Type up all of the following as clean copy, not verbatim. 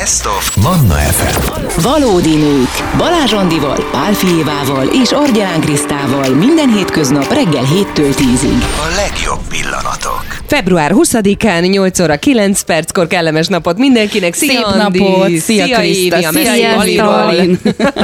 Best of Manna FM. Valódi nők. Balázs Andival, Pál Fijévával és Argyán Krisztával minden hétköznap reggel 7-től 10-ig. A legjobb pillanatok. Február 20-án 8 óra 9 perckor kellemes napot mindenkinek. Szia, szép Andi! napot! Szia Kriszta! Szia Balin!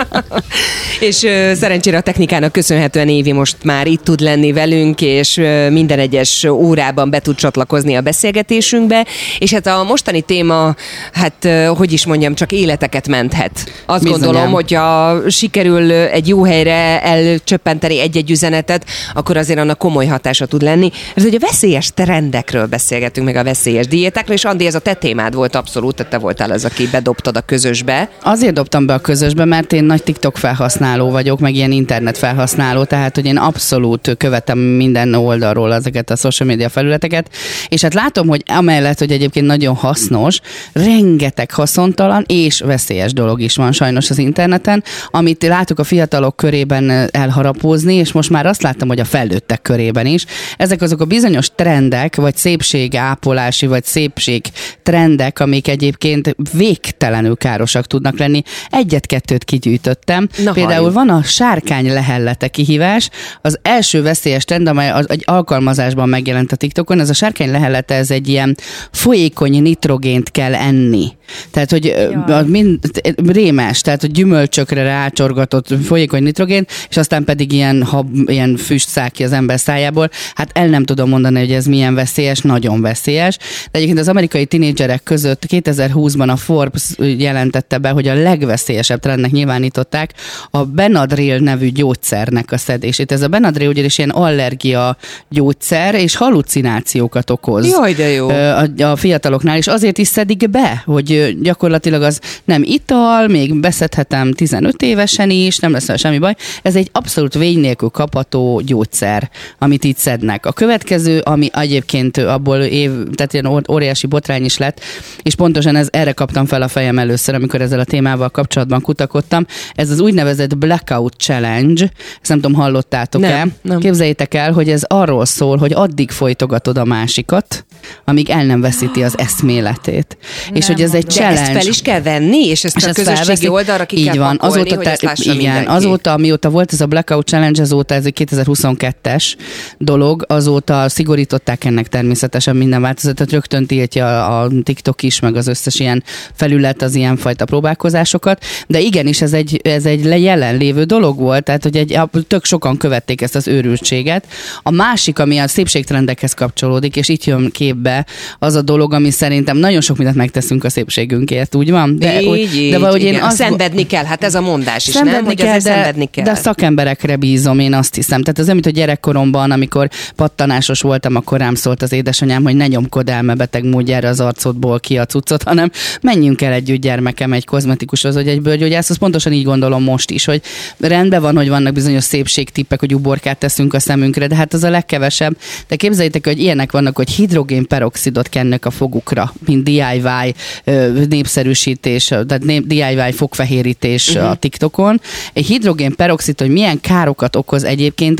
És szerencsére a technikának köszönhetően Évi most már itt tud lenni velünk, és minden egyes órában be tud csatlakozni a beszélgetésünkbe. És hát a mostani téma, hát hogy is mondjam, csak életeket menthet. Azt Bizonyám. gondolom, hogyha sikerül egy jó helyre elcsöppenteni egy-egy üzenetet, akkor azért annak komoly hatása tud lenni. Ez ugye a veszélyes trendekről beszélgetünk, meg a veszélyes diétákról, és Andi, ez a te témád volt abszolút, te voltál az, aki bedobtad a közösbe. Azért dobtam be a közösbe, mert én nagy TikTok felhasználó vagyok, meg ilyen internet felhasználó, tehát hogy én abszolút követem minden oldalról ezeket a social media felületeket, és hát látom, hogy amellett, hogy egyébként nagyon hasznos, rengeteg haszontalan és veszélyes dolog is van sajnos az interneten, amit látok a fiatalok körében elharapózni, és most már azt láttam, hogy a felnőttek körében is. Ezek azok a bizonyos trendek, vagy szépségápolási, vagy szépségtrendek, amik egyébként végtelenül károsak tudnak lenni. Egy-kettőt kigyűjtöttem. Például van a sárkány lehellete kihívás. Az első veszélyes trend, amely egy alkalmazásban megjelent a TikTokon, ez a sárkány lehellete, ez egy ilyen folyékony nitrogént kell enni. Tehát, hogy rémes, tehát, hogy gyümölcsökre rácsorgatott folyékony nitrogén, és aztán pedig ilyen füst száll ki az ember szájából. Hát el nem tudom mondani, hogy ez milyen veszélyes, nagyon veszélyes. De egyébként az amerikai tinédzserek között 2020-ban a Forbes jelentette be, hogy a legveszélyesebb trendnek nyilvánították a Benadryl nevű gyógyszernek a szedését. Ez a Benadryl ugyanis ilyen allergia gyógyszer, és hallucinációkat okoz. Jaj, de jó. A fiataloknál, és azért is szedik be, hogy gyakorlatilag az nem ital, még beszedhetem 15 évesen is, nem lesz semmi baj. Ez egy abszolút vény nélkül kapható gyógyszer, amit itt szednek. A következő, ami egyébként abból tehát ilyen óriási botrány is lett, és pontosan erre kaptam fel a fejem először, amikor ezzel a témával kapcsolatban kutakodtam. Ez az úgynevezett Blackout Challenge, ezt nem tudom, hallottátok-e? Nem. Képzeljétek el, hogy ez arról szól, hogy addig folytogatod a másikat, amíg el nem veszíti az eszméletét. Nem, és hogy ez egy challenge. De ezt fel is kell venni, és ezt a közösségi oldalra ki kell pakolni, azóta, hogy ezt lássa mindenki. Azóta, mióta volt ez a Blackout Challenge, azóta ez egy 2022-es dolog, azóta szigorították ennek természetesen minden változatot, rögtön tiltja a TikTok is, meg az összes ilyen felület az ilyenfajta próbálkozásokat, de igenis ez egy jelenlévő dolog volt, tehát hogy tök sokan követték ezt az őrültséget. A másik, ami a szépségtrendekhez kapcsolódik, és itt jön képbe az a dolog, ami szerintem nagyon sok mindent megteszünk a szépségünkért, úgy van? De valahogy én szenvedni kell, hát ez a mondás is, szenvedni nem? Hogy kell, szenvedni kell. De a szakemberekre bízom, én azt hiszem. Tehát az nem, mint hogy gyerekkoromban, amikor pattanásos voltam, akkor rám szólt az édesanyám, hogy ne nyomkod el, mert beteg módjára az arcodból ki a cuccot, hanem menjünk el együtt, gyermekem, egy kozmetikushoz, vagy egy bőrgyógyászhoz. Pontosan így gondolom most is, hogy rendben van, hogy vannak bizonyos szépségtippek, hogy uborkát teszünk a szemünkre, de hát az a legkevesebb. De képzeljétek, hogy ilyenek vannak, hogy hidrogénperoxidot kennek a fogukra, mint DIY népszerűsítés, tehát DIY fogfehérítés a TikTokon. Egy hidrogénperoxid, hogy milyen károkat okoz egyébként,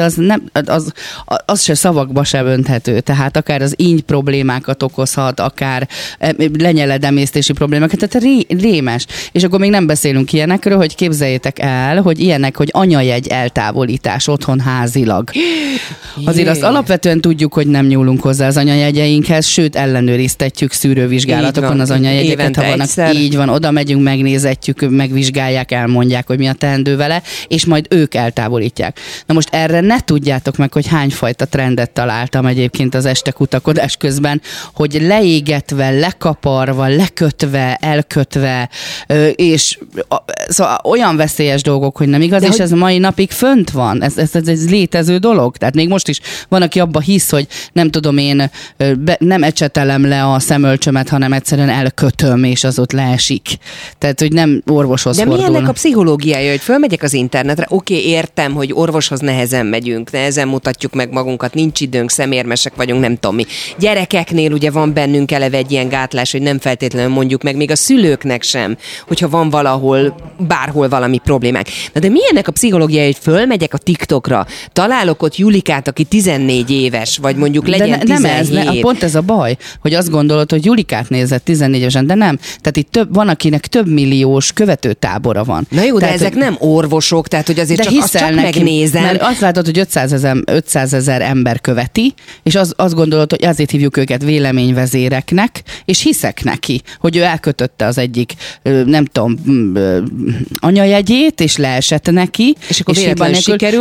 az se szavakba sem önthető. Tehát akár az íny problémákat okozhat, akár lenyeledemésztési problémákat, tehát rémes. És akkor még nem beszélünk ilyenekről, hogy képzeljétek el, hogy ilyenek, hogy anyajegy eltávolítás otthon házilag. Azért azt alapvetően tudjuk, hogy nem nyúlunk hozzá az anyajegyeinkhez, sőt ellenőriztetjük szűrővizsgálatokon az anyajegyeket, ha vannak. Így van, oda megyünk, megnézetjük, megvizsgálják, elmondják, hogy mi a teendő vele, és majd ők eltávolítják. Na most erre ne tudjátok meg, hogy hányfajta trendet találtam egyébként az este kutakodás közben, hogy leégetve, lekaparva, lekötve, elkötve, és szóval olyan veszélyes dolgok, hogy nem igaz, és ez mai napig fönt van. Ez létező dolog. Tehát még most is van, aki abba hisz, hogy nem tudom én, nem ecsetelem le a szemölcsömet, hanem egyszerűen elkötöm, és az ott leesik. Tehát, hogy nem orvoshoz fordulnak. De mi ennek a pszichológiája, hogy fölmegyek az internetre, oké, értem, hogy orvoshoz nehezen megyünk, nehezen mutatjuk meg magunkat, nincs időnk, szemérmesek vagyunk, nem tudom mi. Gyerekeknél ugye van bennünk eleve egy ilyen gátlás, hogy nem feltétlenül mondjuk meg, még a szülőknek sem, hogyha van valahol, bárhol valami problémák. Na de mi ennek a pszichológiája, hogy fölmegyek a TikTokra, találok ott Julikát, aki 14 éves, vagy mondjuk legyen 17. Pont ez a baj, hogy azt gondolod, hogy Julikát nézett 14 évesen, de nem. Tehát Tehát itt van, akinek több milliós követőtábora van. Na jó, tehát, de ezek nem orvosok, tehát hogy azért azt csak megnézem. Mert azt látod, hogy 500 000 ember követi, és azt gondolod, hogy azért hívjuk őket véleményvezéreknek, és hiszek neki, hogy ő elkötötte az egyik, nem tudom, anyajegyét, és leesett neki. És akkor véletlenül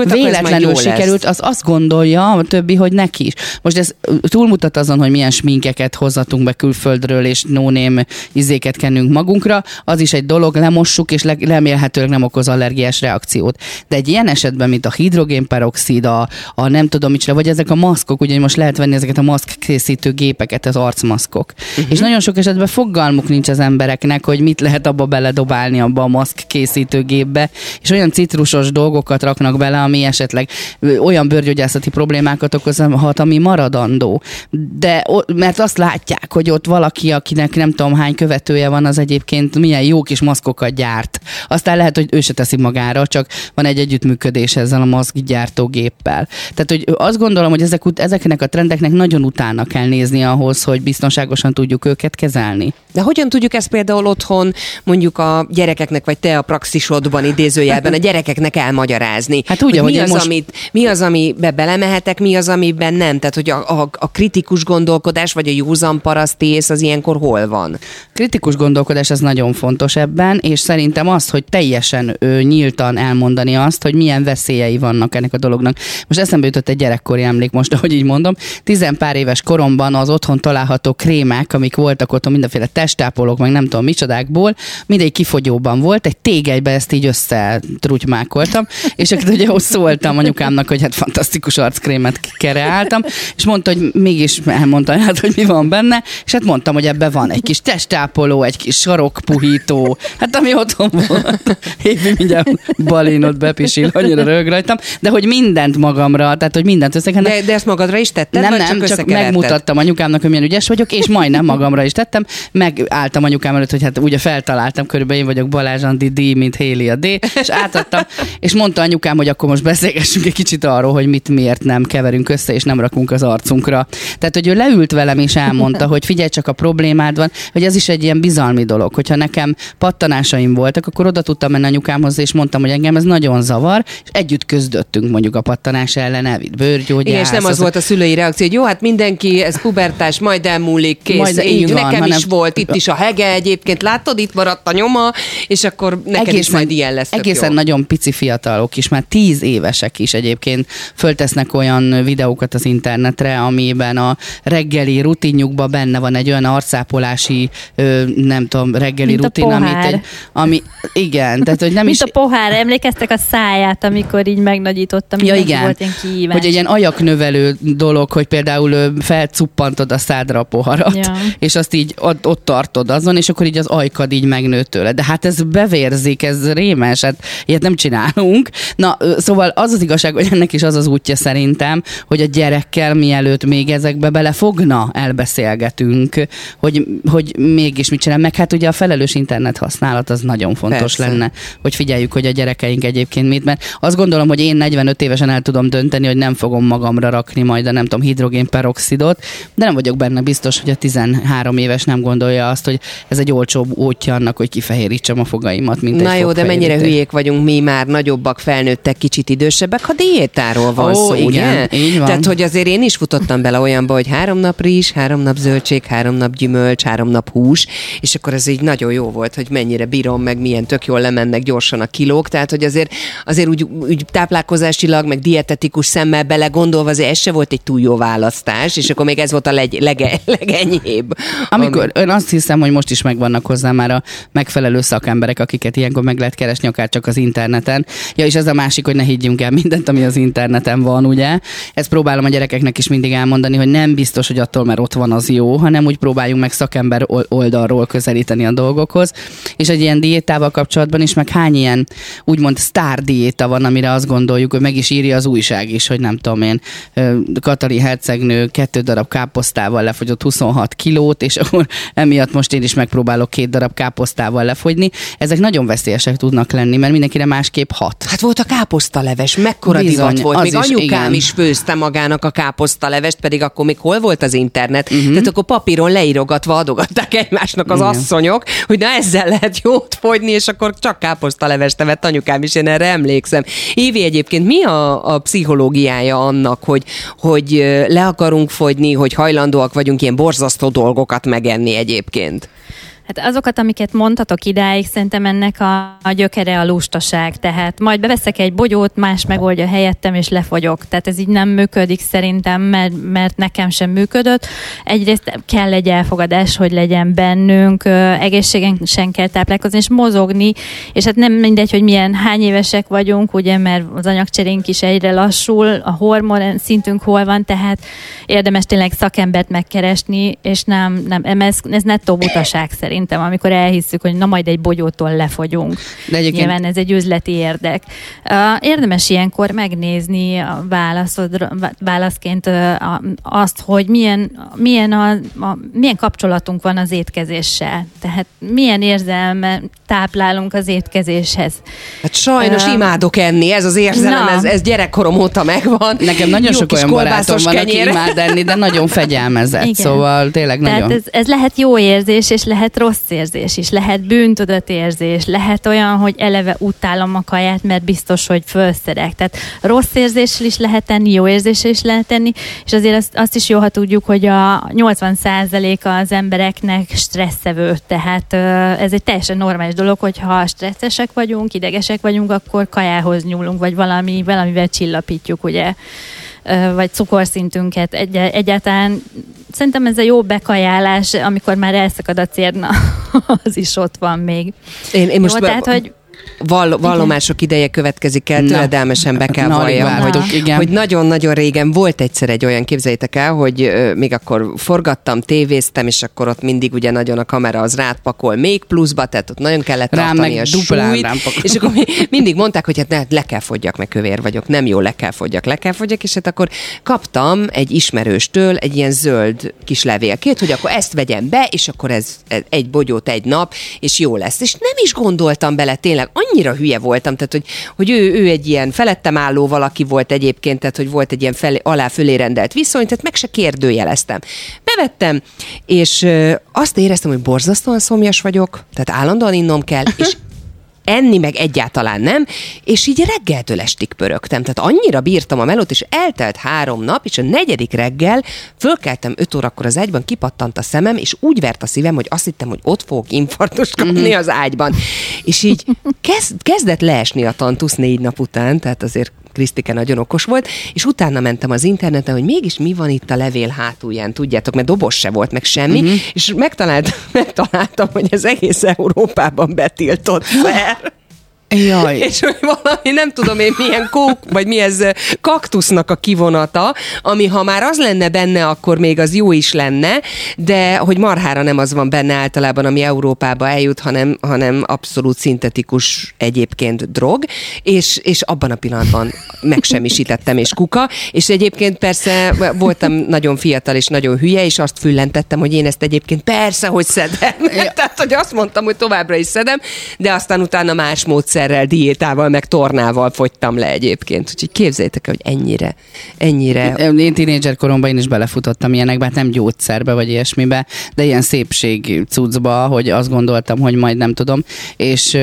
sikerült, az azt gondolja a többi, hogy neki is. Most ez túlmutat azon, hogy milyen sminkeket hozzatunk be külföldről, és no-name izéket kennünk magunkra, az is egy dolog, lemossuk, és remélhetőleg nem okoz allergiás reakciót. De egy ilyen esetben, mint a hidrogénperoxid, a nem tudom micsoda, vagy ezek a maszkok, ugye most lehet venni ezeket a maszk készítő gépeket, az arcmaszkok. És nagyon sok esetben fogalmuk nincs az embereknek, hogy mit lehet abba beledobálni abba a maszk készítő gépbe, és olyan citrusos dolgokat raknak bele, ami esetleg olyan bőrgyógyászati problémákat okozhat, ami maradandó. De mert azt látják, hogy ott valaki, akinek nem tudom hány követője van, az egyébként milyen jó kis maszkokat gyárt. Aztán lehet, hogy ő se teszi magára, csak van egy együttműködés ezzel a maszkgyártógéppel. Tehát, hogy azt gondolom, hogy ezeknek a trendeknek nagyon utána kell nézni ahhoz, hogy biztonságosan tudjuk őket kezelni. De hogyan tudjuk ezt például otthon mondjuk a gyerekeknek, vagy te a praxisodban idézőjelben a gyerekeknek elmagyarázni? Hát úgy, hogy mi az, amiben belemehetek, mi az, amiben nem? Tehát, hogy a kritikus gondolkodás, vagy a józan parasztész az ilyenkor hol van? Kritikus gondolkodás az nagyon fontos ebben, és szerintem az, hogy teljesen nyíltan elmondani azt, hogy milyen veszélyei vannak ennek a dolognak. Most eszembe jutott egy gyerekkori emlék most, ahogy így mondom. 10 pár éves koromban az otthon található krémák, amik voltak otthon, mindenféle testápolók, meg nem tudom micsodákból, mindegy kifogyóban volt, egy tégelybe ezt így összetruttymákoltam, és akkor ugye szóltam anyukámnak, hogy hát fantasztikus arckrémet kreáltam, és mondta, hogy mégis elmondta, hát, hogy mi van benne, és hát mondtam, hogy ebben van egy kis testápoló, egy kis sarokpuhító, hát ami otthon volt. Évi mindjárt balinot bepisil, annyira rög rajtam, de hogy mindent magamra, tehát hogy mindent összekevertem. De ezt magadra is tetted? Nem, csak megmutattam anyukámnak, hogy milyen ügyes vagyok, és majdnem magamra is tettem, megálltam anyukám előtt, hogy hát ugye feltaláltam, körülbelül én vagyok Balázs Andi D, mint Héli a D, és átadtam, és mondta anyukám, hogy akkor most beszélgessünk egy kicsit arról, hogy miért nem keverünk össze, és nem rakunk az arcunkra. Tehát, hogy ő leült velem, és elmondta, hogy figyelj, csak a problémád van, hogy ez is egy ilyen bizalmi dolog, hogyha nekem pattanásaim voltak, akkor oda tudtam menni anyukámhoz, és mondtam, hogy engem ez nagyon zavar, és együtt küzdöttünk mondjuk a pattanás ellen, elvitt bőrgyógyász. Igen, és nem az volt a szülői reakció, hogy jó, hát mindenki, ez pubertás, majd elmúlik, kész, majd így van, nekem is volt, itt is a hege egyébként, látod, itt maradt a nyoma, és akkor neked is majd ilyen lesz. Egészen jó. Nagyon pici fiatalok is, már 10 évesek is egyébként föltesznek olyan videókat az internetre, amiben a reggeli rutinjukban benne van egy olyan arcápolási, nem tudom, reggeli mint rutin, ami igen, tehát hogy nem mint is... a pohár, emlékeztek a száját, amikor így megnagyítottam, ja, igen. Volt ilyen kihívás. Hogy egy ilyen ajaknövelő dolog, hogy például felcuppantod a szádra a poharat, ja. És azt így ott tartod azon, és akkor így az ajkad így megnőtt tőle. De hát ez bevérzik, ez rémes, hát ilyet nem csinálunk. Na, szóval az az igazság, hogy ennek is az az útja szerintem, hogy a gyerekkel mielőtt még ezekbe belefogna, elbeszélgetünk, hogy mégis mit csinál. Meg hát ugye a felelős internet használat az nagyon fontos persze. lenne, hogy figyeljük, hogy a gyerekeink egyébként mit, mert azt gondolom, hogy én 45 évesen el tudom dönteni, hogy nem fogom magamra rakni majd a nem tudom, hidrogénperoxidot, de nem vagyok benne biztos, hogy a 13 éves nem gondolja azt, hogy ez egy olcsóbb útja annak, hogy kifehérítsem a fogaimat, mint na egy jó, de mennyire hülyék vagyunk mi már, nagyobbak, felnőttek, kicsit idősebbek, ha diétáról van szó, igen, ugye? Így van. Tehát, hogy azért én is futottam bele olyanba, hogy 3 nap rizs, 3 nap zöldség, 3 nap gyümölcs, 3 nap hús, és akkor ez így nagyon jó volt, hogy mennyire bírom, meg milyen tök jól lemennek gyorsan a kilók, tehát, hogy azért úgy táplálkozásilag, meg dietetikus szemmel bele gondolva, azért ez se volt egy túl jó választás, és akkor még ez volt a legenyhébb. Amikor ön azt hiszem, hogy most is megvannak hozzá már a megfelelő szakemberek, akiket ilyenkor meg lehet keresni, akár csak az interneten. Ja, és ez a másik, hogy ne higgyünk el mindent, ami az interneten van, ugye? Ezt próbálom a gyerekeknek is mindig elmondani, hogy nem biztos, hogy attól, mert ott van, az jó, hanem úgy próbáljunk meg szakember oldalról közelíteni a dolgokhoz. És egy ilyen diétával kapcsolatban is, meg hány ilyen úgymond sztárdiéta van, amire azt gondoljuk, hogy meg is írja az újság is, hogy nem tudom én, Katalin hercegnő 2 darab káposztával lefogyott 26 kilót, és akkor emiatt most én is megpróbálok 2 darab káposztával lefogyni. Ezek nagyon veszélyesek tudnak lenni, mert mindenkire másképp hat. Hát volt a káposztaleves, mekkora divat volt. Még anyukám is főzte magának a káposztalevest, pedig akkor még hol volt az internet. Tehát akkor papíron leírogatva adogatták egymásnak az asszonyok, hogy na ezzel lehet jót fogyni, és akkor csak káposztalevest evett anyukám is, én erre emlékszem. Évi, egyébként mi a pszichológiája annak, hogy le akarunk fogyni, hogy hajlandóak vagyunk ilyen borzasztó dolgokat megenni egyébként? Hát azokat, amiket mondhatok idáig, szerintem ennek a gyökere a lustaság. Tehát majd beveszek egy bogyót, más megoldja helyettem, és lefogyok. Tehát ez így nem működik szerintem, mert nekem sem működött. Egyrészt kell egy elfogadás, hogy legyen bennünk, egészségesen kell táplálkozni, és mozogni, és hát nem mindegy, hogy hány évesek vagyunk, ugye, mert az anyagcserénk is egyre lassul, a hormon szintünk hol van, tehát érdemes tényleg szakembert megkeresni, és ez nettó butaság szerintem, amikor elhisszük, hogy na majd egy bogyótól lefogyunk. De nyilván ez egy üzleti érdek. Érdemes ilyenkor megnézni a válaszként azt, hogy milyen kapcsolatunk van az étkezéssel. Tehát milyen érzelmet táplálunk az étkezéshez. Hát sajnos imádok enni, ez az érzelem, ez gyerekkorom óta megvan. Nekem nagyon sok olyan barátom van, aki imád enni, de nagyon fegyelmezett. Igen. Szóval tényleg nagyon. Tehát ez lehet jó érzés, és lehet rossz érzés is, lehet bűntudatérzés, lehet olyan, hogy eleve utálom a kaját, mert biztos, hogy fölszerek. Tehát rossz érzéssel is lehet tenni, jó érzéssel is lehet tenni, és azért azt is jó, ha tudjuk, hogy a 80%-a az embereknek stresszevő, tehát ez egy teljesen normális dolog, hogyha stresszesek vagyunk, idegesek vagyunk, akkor kajához nyúlunk, vagy valamivel csillapítjuk, ugye, vagy cukorszintünket. Egyáltalán szerintem ez a jó bekajálás, amikor már elszakad a cérna, az is ott van még. Én most tehát, hogy vallomások ideje következik el, töredelmesen be kell valljam, hogy nagyon-nagyon régen volt egyszer egy olyan, képzeljétek el, hogy még akkor forgattam, tévéztem, és akkor ott mindig ugye nagyon a kamera az rád pakol még pluszba, tehát ott nagyon kellett tartani a súlyt, és akkor mindig mondták, hogy hát le kell fogyjak, meg kövér vagyok, nem jó, le kell fogyjak, és hát akkor kaptam egy ismerőstől egy ilyen zöld kis levélkét, hogy akkor ezt vegyem be, és akkor ez egy bogyót egy nap, és jó lesz. És nem is gondoltam bele, tényleg annyira hülye voltam, tehát hogy ő egy ilyen felettem álló valaki volt egyébként, tehát hogy volt egy ilyen alá-fölé rendelt viszony, tehát meg se kérdőjeleztem. Bevettem, és azt éreztem, hogy borzasztóan szomjas vagyok, tehát állandóan innom kell, és enni meg egyáltalán nem, és így reggeltől estig pörögtem. Tehát annyira bírtam a melót, és eltelt 3 nap, és a 4. reggel fölkeltem 5 órakor az ágyban, kipattant a szemem, és úgy vert a szívem, hogy azt hittem, hogy ott fogok infarktust kapni az ágyban. És így kezdett leesni a tantusz 4 nap után, tehát azért Krisztike nagyon okos volt, és utána mentem az interneten, hogy mégis mi van itt a levél hátulján, tudjátok, mert doboz se volt, meg semmi, és megtaláltam, hogy ez egész Európában betiltott szer. Jaj. És hogy valami, nem tudom én milyen vagy mi ez, kaktusznak a kivonata, ami ha már az lenne benne, akkor még az jó is lenne, de hogy marhára nem az van benne általában, ami Európába eljut, hanem abszolút szintetikus egyébként drog, és abban a pillanatban megsemmisítettem, és kuka, és egyébként persze voltam nagyon fiatal és nagyon hülye, és azt füllentettem, hogy én ezt egyébként persze, hogy szedem. Tehát, hogy azt mondtam, hogy továbbra is szedem, de aztán utána más módszer diétával, meg tornával fogytam le egyébként. Úgyhogy képzeljétek el, hogy ennyire... Én tínédzser koromban én is belefutottam ilyenekbe, hát nem gyógyszerbe, vagy ilyesmibe, de ilyen szépség cuccba, hogy azt gondoltam, hogy majd nem tudom. És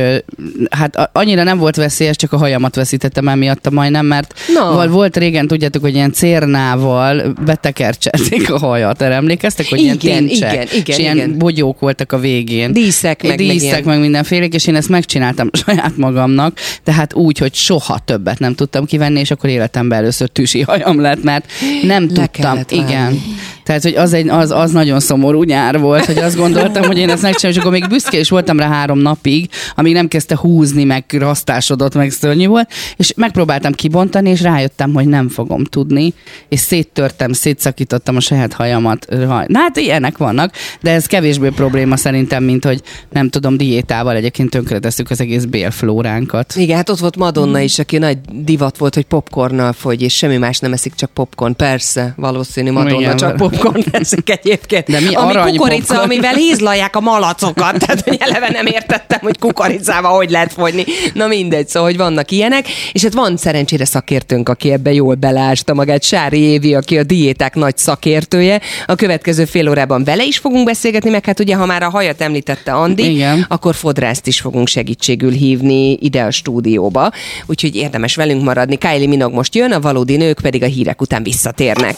hát annyira nem volt veszélyes, csak a hajamat veszítettem el miatta majdnem, mert volt régen, tudjátok, hogy ilyen cérnával betekercselték a hajat. Erre emlékeztek, hogy ilyen tincsek, és ilyen bogyók voltak a végén. Díszek meg mindenfélék, és én ezt megcsináltam saját magamnak, tehát úgy, hogy soha többet nem tudtam kivenni, és akkor életemben először tűsi hajam lett, mert nem tudtam. Igen. Tehát, hogy az nagyon szomorú nyár volt, hogy azt gondoltam, hogy én ezt megcsinálom, és akkor még büszke is voltam rá 3 napig, amíg nem kezdte húzni, meg rasztásodott, meg szörnyű volt, és megpróbáltam kibontani, és rájöttem, hogy nem fogom tudni, és szétszakítottam a saját hajamat. Na hát ilyenek vannak, de ez kevésbé probléma szerintem, mint hogy nem tudom, diétával egyébként tönkretesszük az egész bélflórát. óránkat. Igen, hát ott volt Madonna is, aki nagy divat volt, hogy popcornnal fogy, és semmi más nem eszik, csak popcorn. Persze, valószínű Madonna igen, csak popcorn eszik egyébként. De mi ami arany kukorica, popcorn? amivel hízlalják a malacokat. Tehát, hogy eleve nem értettem, hogy kukoricával hogy lehet fogyni. Na mindegy, szóval, hogy vannak ilyenek. És hát van szerencsére szakértőnk, aki ebbe jól beleásta magát, Sári Évi, aki a diéták nagy szakértője. A következő fél órában vele is fogunk beszélgetni, meg hát ugye, ha már a hajat említette Andi, Igen. akkor fodrászt is fogunk segítségül hívni ide a stúdióba. Úgyhogy érdemes velünk maradni. Kylie Minogue most jön, a valódi nők pedig a hírek után visszatérnek.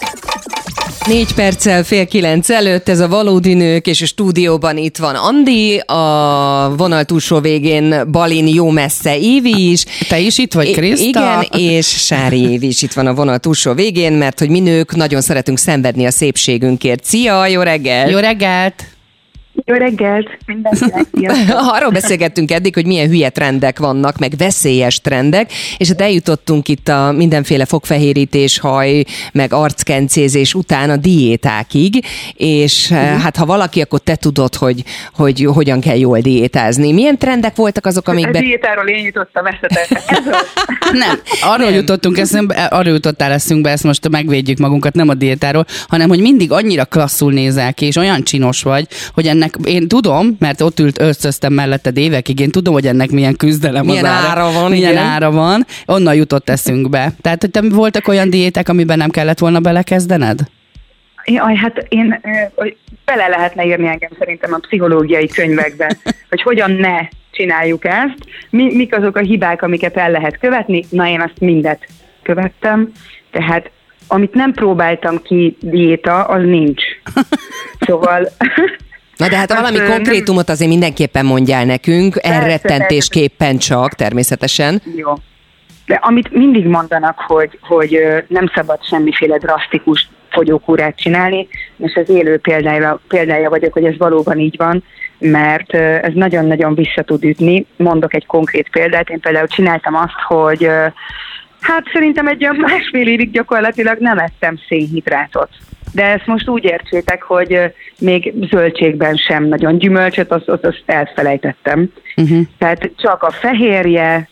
4 perccel 8:30 előtt ez a valódi nők, és a stúdióban itt van Andi, a vonal túlsó végén Balin jó messze Évi is. Te is itt vagy, Kriszta? Igen, és Sári Évi is itt van a vonal túlsó végén, mert hogy mi nők nagyon szeretünk szenvedni a szépségünkért. Szia, jó reggel! Jó reggelt! Jó reggelt! Mindenkinek sziasztok! Arról beszélgettünk eddig, hogy milyen hülye trendek vannak, meg veszélyes trendek, és hát eljutottunk itt a mindenféle fogfehérítés, haj, meg arckencézés után a diétákig, és hát ha valaki, akkor te tudod, hogy hogyan kell jól diétázni. Milyen trendek voltak azok, A amikben... diétáról én jutottam eszetekre. Nem, arról jutottunk eszünkbe, arról jutottál eszünkbe, ezt most megvédjük magunkat, nem a diétáról, hanem hogy mindig annyira klasszul nézel ki, és olyan csinos vagy, hogy ennek én tudom, mert ott öltöztem melletted évekig, én tudom, hogy ennek milyen küzdelem Milyen az ára van, milyen igen. ára van, onnan jutott eszünkbe. Tehát, hogy te voltak olyan diéták, amiben nem kellett volna belekezdened? Jaj, hát én bele lehetne írni engem szerintem a pszichológiai könyvekbe, hogy hogyan ne csináljuk ezt, mik azok a hibák, amiket el lehet követni. Na, én azt mindet követtem, tehát amit nem próbáltam ki diéta, az nincs. Szóval... Na de hát valami konkrétumot azért mindenképpen mondjál nekünk, elrettentésképpen csak, természetesen. Jó. De amit mindig mondanak, hogy nem szabad semmiféle drasztikus fogyókúrát csinálni, és az élő példája vagyok, hogy ez valóban így van, mert ez nagyon-nagyon vissza tud ütni. Mondok egy konkrét példát, én például csináltam azt, hogy hát szerintem egy olyan 1,5 évig gyakorlatilag nem ettem szénhidrátot. De ezt most úgy értsétek, hogy még zöldségben sem nagyon, gyümölcsöt, azt elfelejtettem. Tehát csak a fehérje,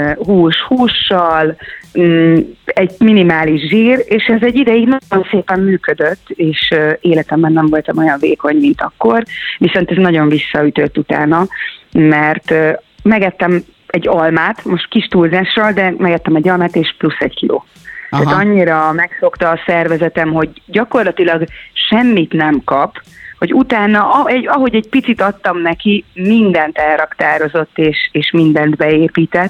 hússal, egy minimális zsír, és ez egy ideig nagyon szépen működött, és életemben nem voltam olyan vékony, mint akkor, viszont ez nagyon visszaütött utána, mert megettem egy almát, most kis túlzással, de megettem egy almát, és plusz 1 kiló. Aha. Tehát annyira megszokta a szervezetem, hogy gyakorlatilag semmit nem kap, hogy utána, ahogy egy picit adtam neki, mindent elraktározott, és mindent beépített,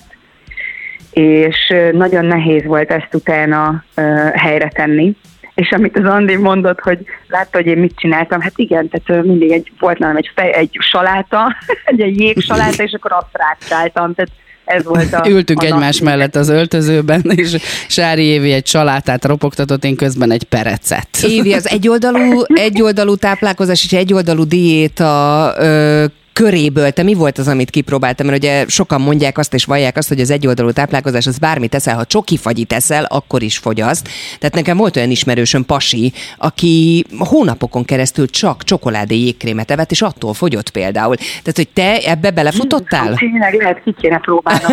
és nagyon nehéz volt ezt utána helyre tenni. És amit az Andi mondott, hogy látta, hogy én mit csináltam, hát igen, tehát mindig volt nálam egy saláta, egy jégsaláta, és akkor azt rákcsáltam, tehát ez volt ültünk egymás mellett az öltözőben, és Sári Évi egy salátát ropogtatott, én közben egy perecet. Évi, az egyoldalú táplálkozás és egyoldalú diéta köréből te mi volt az, amit kipróbáltam? Mert ugye sokan mondják azt és vallják azt, hogy az egyoldalú táplálkozás az bármit eszel, ha csokifagyit eszel, akkor is fogyaszt. Tehát nekem volt olyan ismerősöm, pasi, aki hónapokon keresztül csak csokoládé jégkrémet evett, és attól fogyott például. Tehát, hogy te ebbe belefutottál? Tényleg lehet, ki kéne próbálnom.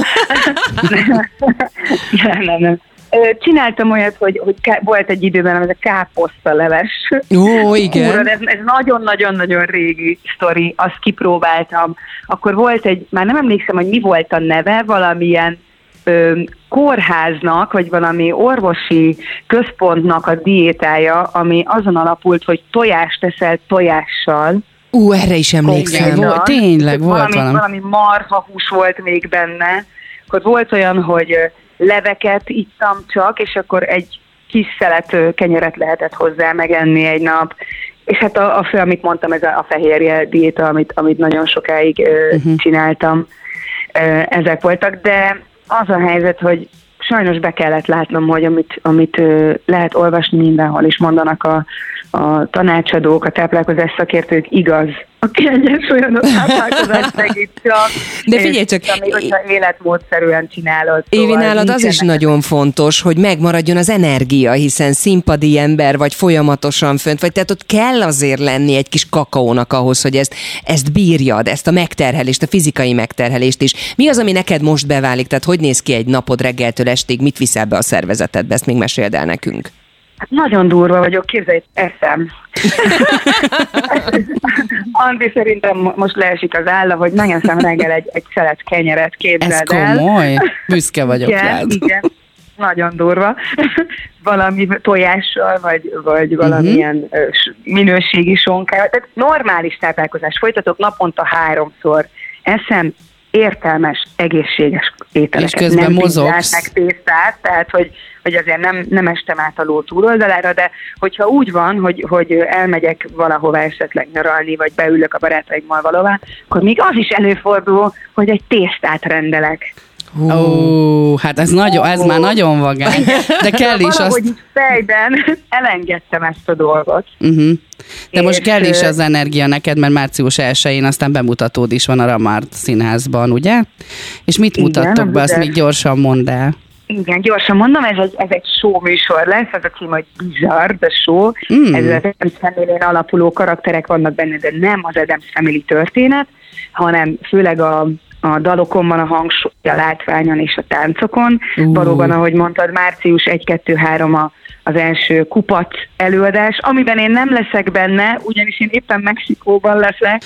Nem. Csináltam olyat, hogy volt egy időben, ez a káposztaleves. Ó, igen. Ez nagyon-nagyon-nagyon régi sztori, azt kipróbáltam. Akkor volt már nem emlékszem, hogy mi volt a neve, valamilyen kórháznak, vagy valami orvosi központnak a diétája, ami azon alapult, hogy tojást eszel tojással. Erre is emlékszem. Tényleg volt valami marhahús volt még benne. Akkor volt olyan, hogy leveket ittam csak, és akkor egy kis szelet kenyeret lehetett hozzá megenni egy nap. És hát a fő, amit mondtam, ez a fehérje diéta, amit nagyon sokáig csináltam. Ezek voltak, de az a helyzet, hogy sajnos be kellett látnom, hogy amit lehet olvasni mindenhol, és mondanak a tanácsadók, a táplálkozás szakértők, igaz. a kiegyensúlyozó táplálkozás segít csak. De figyelj csak, hogyha életmódszerűen csinálod. Évi, nálad az is nagyon fontos, hogy megmaradjon az energia, hiszen színpadi ember vagy, folyamatosan fönt vagy, tehát ott kell azért lenni egy kis kakaónak ahhoz, hogy ezt bírjad, ezt a megterhelést, a fizikai megterhelést is. Mi az, ami neked most beválik? Tehát hogy néz ki egy napod reggeltől estig, mit viszel be a szervezetedbe? Ezt még meséld el nekünk. Hát nagyon durva vagyok, képzelj, eszem. Andi, szerintem most leesik az álla, hogy megeszem reggel egy szelet kenyeret, képzeld el. Ez komoly? Büszke vagyok rád. Igen, nagyon durva. Valami tojással, vagy valamilyen minőségi sonkával. Tehát normális táplálkozást folytatok, naponta 3-szor eszem értelmes, egészséges ételeket. És közben mozogsz. Nem tésztát, tehát hogy azért nem estem át a ló túloldalára, de hogyha úgy van, hogy elmegyek valahova esetleg nyaralni, vagy beülök a barátaimmal valahová, akkor még az is előfordul, hogy egy tésztát rendelek. Hát ez már nagyon vagány. De kell is azt... Valahogy így fejben elengedtem ezt a dolgot. De most kell is az energia neked, mert március 1-én aztán bemutatód is van a Ramart Színházban, ugye? És mit mutattok be, azt még gyorsan mondd el. Igen, gyorsan mondom, ez egy show műsor lesz, az a cím, hogy Bizarre, the Show. Ez az Addams Family-n alapuló karakterek vannak benne, de nem az Addams Family történet, hanem főleg a dalokon van a hangsúly, a látványon és a táncokon. Valóban, ahogy mondtad, március 1-2-3 az első kupac előadás, amiben én nem leszek benne, ugyanis én éppen Mexikóban leszek.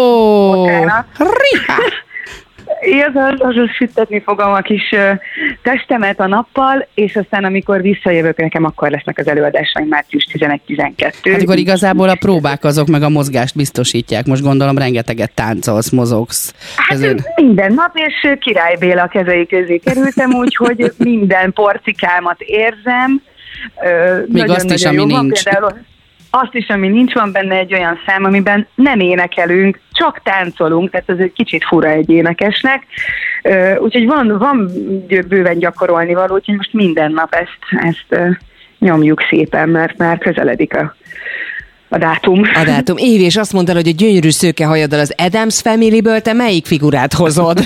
Azaz süttetni fogom a kis testemet a nappal, és aztán amikor visszajövök nekem, akkor lesznek az előadásaim március 11-12. Hát akkor igazából a próbák azok meg a mozgást biztosítják. Most gondolom rengeteget táncolsz, mozogsz. Hát minden nap, és Király Béla kezei közé kerültem, úgyhogy minden porcikámat érzem. Még azt is, ami nincs. Azt is, ami nincs, van benne egy olyan szám, amiben nem énekelünk, csak táncolunk, tehát ez egy kicsit fura egy énekesnek. Úgyhogy van bőven gyakorolni való, úgyhogy most minden nap ezt nyomjuk szépen, mert már közeledik a dátum. A dátum. Évi, és azt mondtad, hogy a gyönyörű szőke hajaddal az Addams Family-ből te melyik figurát hozod?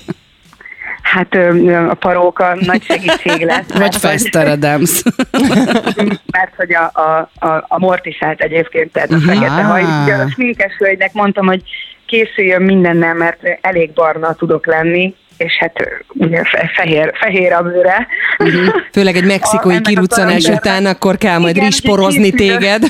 Hát a paróka nagy segítség lesz. Vagy Fester Adams. Mert hogy a Mortisát egyébként, tehát a fekete haj. A sminkes hölgynek mondtam, hogy készüljön mindennel, mert elég barna tudok lenni, és hát ugye fehér a bőre. Főleg egy mexikói kiruccanás után, akkor kell majd rizsporozni téged.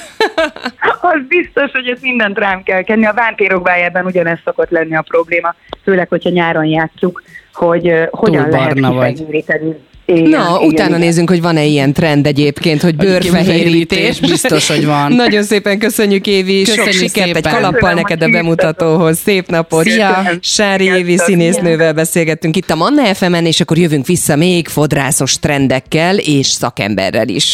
Az biztos, hogy ezt mindent rám kell kenni. A vámpírok bájában ugyanez szokott lenni a probléma, főleg, hogyha nyáron játszuk, hogy hogyan lehet kifejlődíteni. Utána nézzünk, hogy van-e ilyen trend egyébként, hogy bőrfehérítés. Biztos, hogy van. Nagyon szépen köszönjük, Évi. Sok sikert egy kalappal neked a bemutatóhoz. Szép napot. Szia! Sári Évi színésznővel beszélgettünk itt a Manna FM-en, és akkor jövünk vissza még fodrászos trendekkel és szakemberrel is.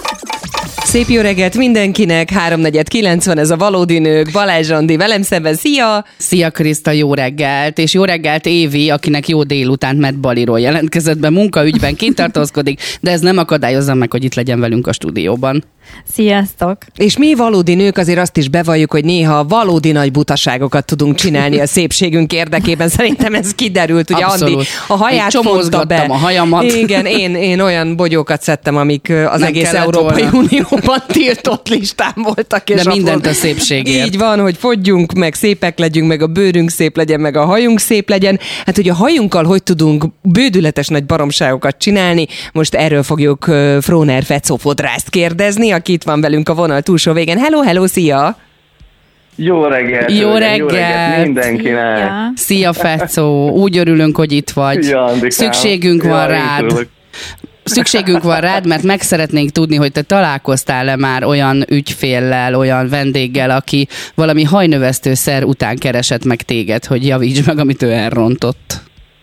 Szép jó reggelt mindenkinek, 3:49 ez a Valódi Nők, Balázs Andi velem szemben, szia! Szia Kriszta, jó reggelt, és jó reggelt Évi, akinek jó délutánt, mert Baliról jelentkezett be, munkaügyben kint tartózkodik, de ez nem akadályozza meg, hogy itt legyen velünk a stúdióban. Sziasztok! És mi valódi nők azért azt is bevalljuk, hogy néha valódi nagy butaságokat tudunk csinálni a szépségünk érdekében. Szerintem ez kiderült, ugye Andi a haját fonta be. A hajamat. Igen, én olyan bogyókat szedtem, amik az nem egész Európai Unióban tiltott listán voltak. És de mindent a szépségért. Így van, hogy fogyjunk, meg szépek legyünk, meg a bőrünk szép legyen, meg a hajunk szép legyen. Hát, hogy a hajunkkal hogy tudunk bődületes nagy baromságokat csinálni, most erről fogjuk Fróner Fecó fodrászt kérdezni, aki itt van velünk a vonal túlsó végén. Hello, szia! Jó reggelt! Jó reggelt mindenkinek! Szia Fecó! Úgy örülünk, hogy itt vagy. Szükségünk van rád. Szükségünk van rád, mert meg szeretnénk tudni, hogy te találkoztál-e már olyan ügyféllel, olyan vendéggel, aki valami hajnövesztőszer után keresett meg téged, hogy javíts meg, amit ő elrontott.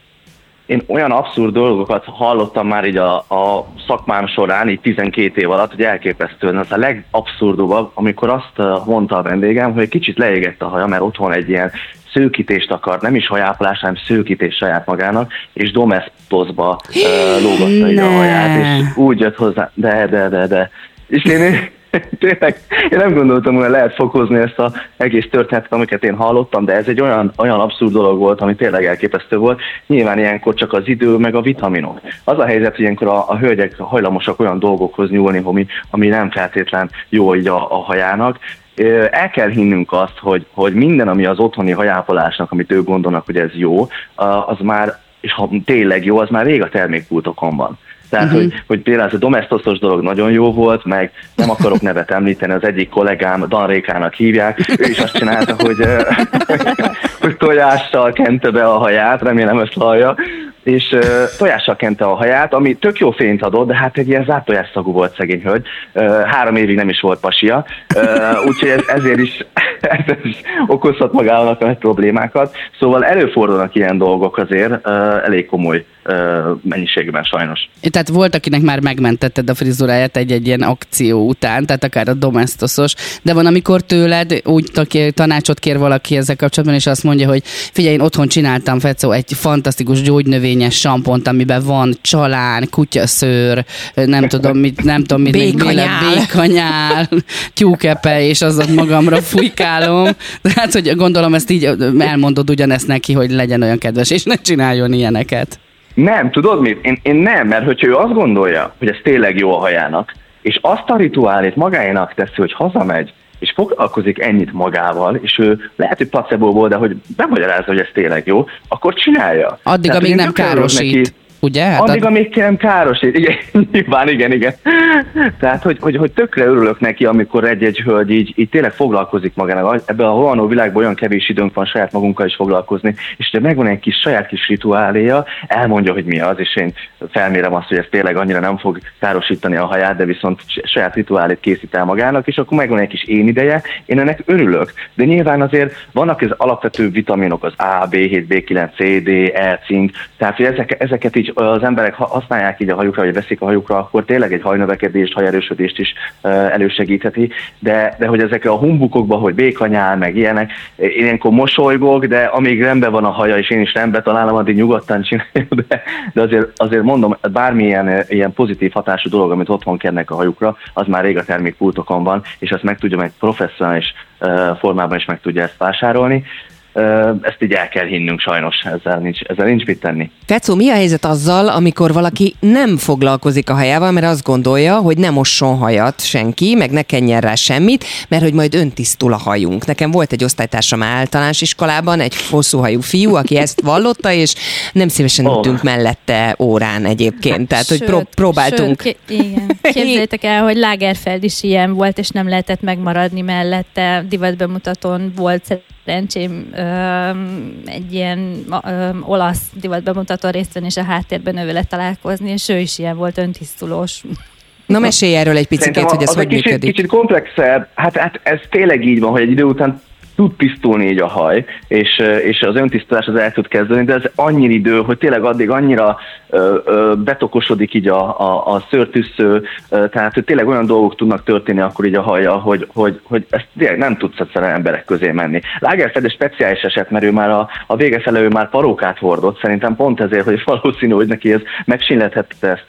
Én olyan abszurd dolgokat hallottam már így a szakmám során, így 12 év alatt, hogy elképesztően. Az a legabszurdabb, amikor azt mondta a vendégem, hogy kicsit leégett a haja, mert otthon egy ilyen szőkítést akart, nem is hajápolás, hanem szőkítés saját magának, és domestosba lógatta így a haját, és úgy jött hozzá, de. És én Tényleg, én nem gondoltam, hogy lehet fokozni ezt az egész történetet, amiket én hallottam, de ez egy olyan abszurd dolog volt, ami tényleg elképesztő volt. Nyilván ilyenkor csak az idő, meg a vitaminok. Az a helyzet, hogy ilyenkor a hölgyek hajlamosak olyan dolgokhoz nyúlni, ami nem feltétlen jó így a hajának. El kell hinnünk azt, hogy minden, ami az otthoni hajápolásnak, amit ők gondolnak, hogy ez jó, az már, és ha tényleg jó, az már rég a termékpultokon van. Tehát, hogy például ez a Domestos dolog nagyon jó volt, meg nem akarok nevet említeni, az egyik kollégám, Dan Rékának hívják, ő is azt csinálta, hogy tojással kente be a haját, remélem ezt hallja, és tojással kente a haját, ami tök jó fényt adott, de hát egy ilyen zárt tojásszagú volt szegény hölgy. 3 évig nem is volt pasia, úgyhogy ezért is okozhat magának a problémákat. Szóval előfordulnak ilyen dolgok azért elég komoly mennyiségben sajnos. Tehát volt, akinek már megmentetted a frizuráját egy ilyen akció után, tehát akár a Domestosos, de van, amikor tőled úgy tanácsot kér valaki ezzel kapcsolatban, és azt mondja, hogy figyelj, én otthon csináltam, Fecó, egy fantasztikus gyógynövényes sampont, amiben van csalán, kutyaszőr, nem tudom mit, békanyál, tyúkepe, és azot magamra fújkálom. Tehát, hogy gondolom ezt így elmondod ugyanezt neki, hogy legyen olyan kedves, és ne csináljon ilyeneket. Nem, tudod mit? Én nem, mert hogyha ő azt gondolja, hogy ez tényleg jó a hajának, és azt a rituálét magáénak teszi, hogy hazamegy, és foglalkozik ennyit magával, és ő lehet, hogy placebóból, de hogy bemagyarázza, hogy ez tényleg jó, akkor csinálja. Addig, amíg nem károsít. Neki, ugye? Hát addig, amíg nem károsít. Igen, nyilván, igen. Tehát, hogy tökre örülök neki, amikor egy hölgy így tényleg foglalkozik magának. Ebben a rohanó világban olyan kevés időnk van saját magunkkal is foglalkozni, és ha megvan egy saját kis rituáléja, elmondja, hogy mi az, és én felmérem azt, hogy ez tényleg annyira nem fog károsítani a haját, de viszont saját rituálét készít el magának, és akkor megvan egy kis én ideje, én ennek örülök. De nyilván azért vannak az alapvető vitaminok, az A, B7, B9, C, D, E, cink, tehát hogy ezeket így az emberek használják így a hajukra, vagy veszik a hajukra, akkor tényleg egy hajnövekedést, hajerősödést is elősegítheti, de hogy ezekre a humbukokba, hogy békanyál, meg ilyenek, én ilyenkor mosolygok, de amíg rendben van a haja, és én is rendben találom, addig nyugodtan csináljuk, de azért mondom, bármilyen ilyen pozitív hatású dolog, amit otthon kennek a hajukra, az már rég a termékpultokon van, és ezt meg tudja, meg professzionális formában is meg tudja ezt vásárolni. Ezt így el kell hinnünk sajnos, ezzel nincs mit tenni. Fecó, mi a helyzet azzal, amikor valaki nem foglalkozik a hajával, mert azt gondolja, hogy ne mosson hajat senki, meg ne kenjen rá semmit, mert hogy majd öntisztul a hajunk. Nekem volt egy osztálytársam általános iskolában, egy hosszúhajú fiú, aki ezt vallotta, és nem szívesen ültünk mellette órán egyébként. Tehát, hogy próbáltunk. Igen. Képzeljétek el, hogy Lagerfeld is ilyen volt, és nem lehetett megmaradni mellette. Divatbemutatón volt szerencsém egy ilyen olasz divatbemutatón részt venni, és a háttérben ővele találkozni, és ő is ilyen volt, öntisztulós. Na mesélj erről egy picit, hogy ez hogy működik. Kicsit komplexebb, hát ez tényleg így van, hogy egy idő után tud tisztulni így a haj, és az öntisztulás az el tud kezdeni, de ez annyi idő, hogy tényleg addig annyira betokosodik így a szőrtűsző, tehát hogy tényleg olyan dolgok tudnak történni akkor így a hajja, hogy ezt tényleg nem tudsz egyszerűen emberek közé menni. Lagerfeld egy speciális eset, mert ő már a vége fele ő már parókát hordott, szerintem pont ezért, hogy valószínű, hogy neki ez megsínlethette ezt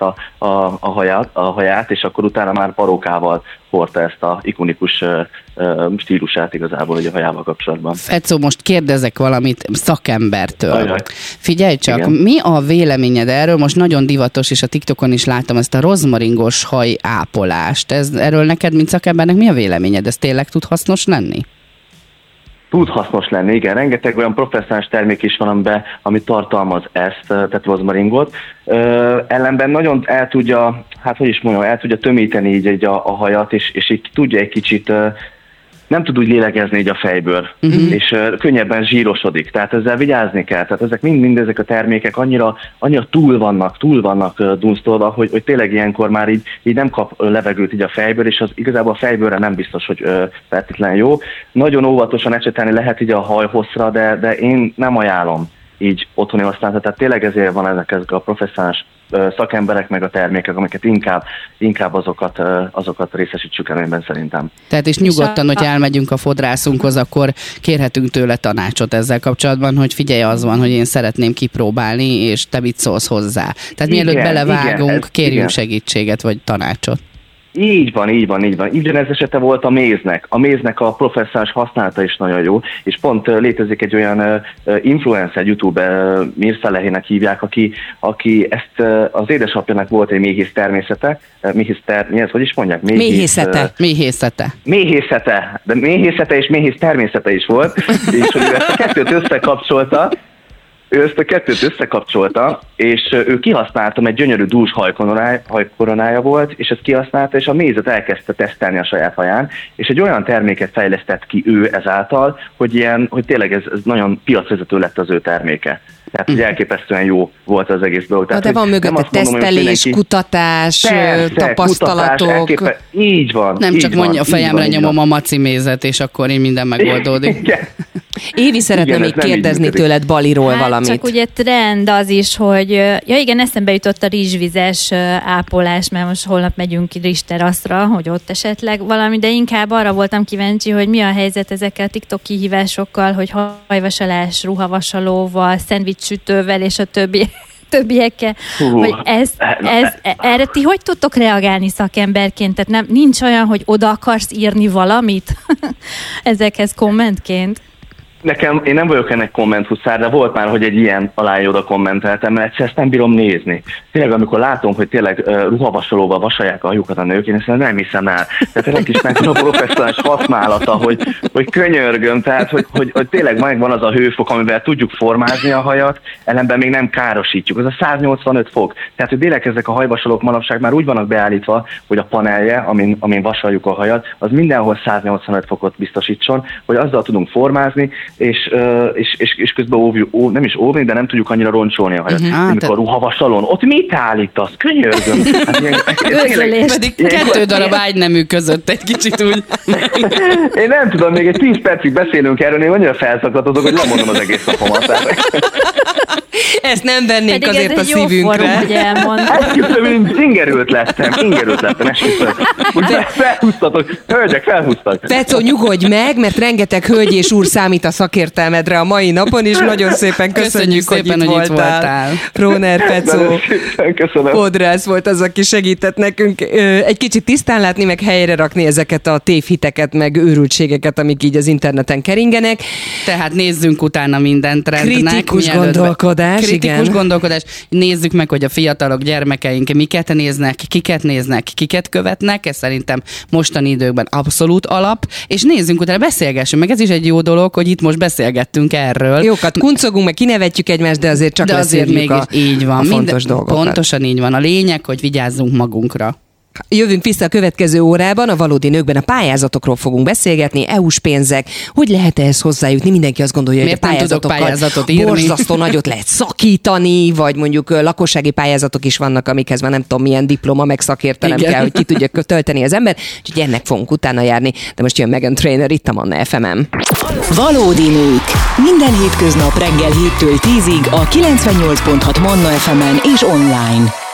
a haját, és akkor utána már parókával hordta ezt a ikonikus stílusát igazából, hogy a hajával kapcsolatban. Fecó, most kérdezek valamit szakembertől. Ajaj. Figyelj csak, igen. Mi a véleményed erről? Most nagyon divatos, és a TikTokon is láttam ezt a rozmaringos hajápolást. Erről neked, mint szakembernek mi a véleményed? Ez tényleg tud hasznos lenni? Tud hasznos lenni, igen. Rengeteg olyan professzionális termék is van, ami tartalmaz ezt, tehát rozmaringot. Ellenben nagyon el tudja tömíteni így a hajat, és így tudja egy kicsit, nem tud úgy lélegezni így a fejből, és könnyebben zsírosodik. Tehát ezzel vigyázni kell. Tehát ezek mind ezek a termékek annyira túl vannak dunsztolva, hogy tényleg ilyenkor már így nem kap levegőt így a fejből, és az igazából a fejbőre nem biztos, hogy feltétlenül jó. Nagyon óvatosan ecsetelni lehet így a hajhosszra, de én nem ajánlom így otthoni használatot. Tehát tényleg ezért van ezek a professzionális szakemberek meg a termékek, amiket inkább azokat részesítsük előnyben szerintem. Tehát és nyugodtan, hogy elmegyünk a fodrászunkhoz, akkor kérhetünk tőle tanácsot ezzel kapcsolatban, hogy figyelj, az van, hogy én szeretném kipróbálni, és te mit szólsz hozzá. Tehát mielőtt belevágunk, kérjünk segítséget vagy tanácsot. Így van. Ugyanez esete volt a méznek. A méznek a professzionális használata is nagyon jó, és pont létezik egy olyan influencer, youtuber, Mirza Lehének hívják, aki ezt az édesapjának volt egy méhész természete, hogy is mondják? Méhészete. De méhészete és méhész természete is volt, és hogy ő ezt a kettőt összekapcsolta, és ő kihasználta, egy gyönyörű dús hajkoronája volt, és ezt kihasználta, és a mézet elkezdte tesztelni a saját haján, és egy olyan terméket fejlesztett ki ő ezáltal, hogy tényleg ez nagyon piacvezető lett az ő terméke. Tehát, hogy elképesztően jó volt az egész dolog. De van mögötte tesztelés, kutatás, tapasztalatok. Így van. Nem csak mondja, a fejemre nyomom a maci mézet, és akkor én minden megoldódik. Évi szeretne még kérdezni tőled Baliról valamit. Csak ugye trend az is, hogy igen, eszembe jutott a rizsvizes ápolás, mert most holnap megyünk ki rizsteraszra, hogy ott esetleg valami, de inkább arra voltam kíváncsi, hogy mi a helyzet ezekkel a TikTok kihívásokkal, hogy hajvasalás, ruhavasalóval, szendvicssütővel és a többiekkel, hogy erre ti hogy tudtok reagálni szakemberként? Tehát nincs olyan, hogy oda akarsz írni valamit ezekhez kommentként? Én nem vagyok ennek kommenthuszár, de volt már, hogy egy ilyen alá oda kommenteltem, mert ezt nem bírom nézni. Tényleg, amikor látom, hogy tényleg ruhavasalóval vasalják a hajukat a nők, én ezt nem hiszem el. Tehát ennek is megvan a professzionális használata, hogy könyörgöm, tehát hogy tényleg megvan az a hőfok, amivel tudjuk formázni a hajat, ellenben még nem károsítjuk. Az a 185 fok. Tehát, hogy tényleg ezek a hajvasalók manapság már úgy vannak beállítva, hogy a panelje, amin vasaljuk a hajat, az mindenhol 185 fokot biztosítson, hogy azzal tudunk formázni, és közben nem is óvni, de nem tudjuk annyira roncsolni a hajat. Amikor a ruhavasalon, ott mit állítasz? Könyörgöm! Pedig 2 darab ágynemű között egy kicsit úgy. Én nem tudom, még egy 10 percig beszélünk erről, én annyira felszakadozok, hogy lemondom az egész napomat. Ezt nem vennénk pedig azért a szívünkre. Pedig ingerült lettem, esküszöm. Úgyhogy felhúztatok, hölgyek, felhúztak. Pecó, nyugodj meg, mert rengeteg hölgy és úr számít a szakértelmedre a mai napon, és nagyon szépen köszönjük, hogy itt voltál. Róner Pecó, fodrász volt az, aki segített nekünk egy kicsit tisztán látni, meg helyre rakni ezeket a tévhiteket, meg őrültségeket, amik így az interneten keringenek. Tehát nézzünk utána minden trendnek. Kritikus gondolkodás. Nézzük meg, hogy a fiatalok, gyermekeink miket néznek, kiket követnek, ez szerintem mostani időkben abszolút alap, és nézzünk utána, beszélgessünk meg, ez is egy jó dolog, hogy itt most beszélgettünk erről. Jókat kuncogunk, meg kinevetjük egymást, de azért csak leszűrjük így van. A fontos dolgokat. Pontosan így van. A lényeg, hogy vigyázzunk magunkra. Jövünk vissza a következő órában, a Valódi Nőkben a pályázatokról fogunk beszélgetni, EU-s pénzek, hogy lehet ehhez hozzájutni? Mindenki azt gondolja, hogy a pályázatot írni? Borzasztó nagyot lehet szakítani, vagy mondjuk lakossági pályázatok is vannak, amikhez már nem tudom milyen diploma, meg szakértelem kell, hogy ki tudja tölteni az ember, úgyhogy ennek fogunk utána járni, de most jön Meghan Trainor itt a Manna FM-en. Valódi Nők. Minden hétköznap reggel 7-től 10-ig a 98.6 Manna FM-en és online.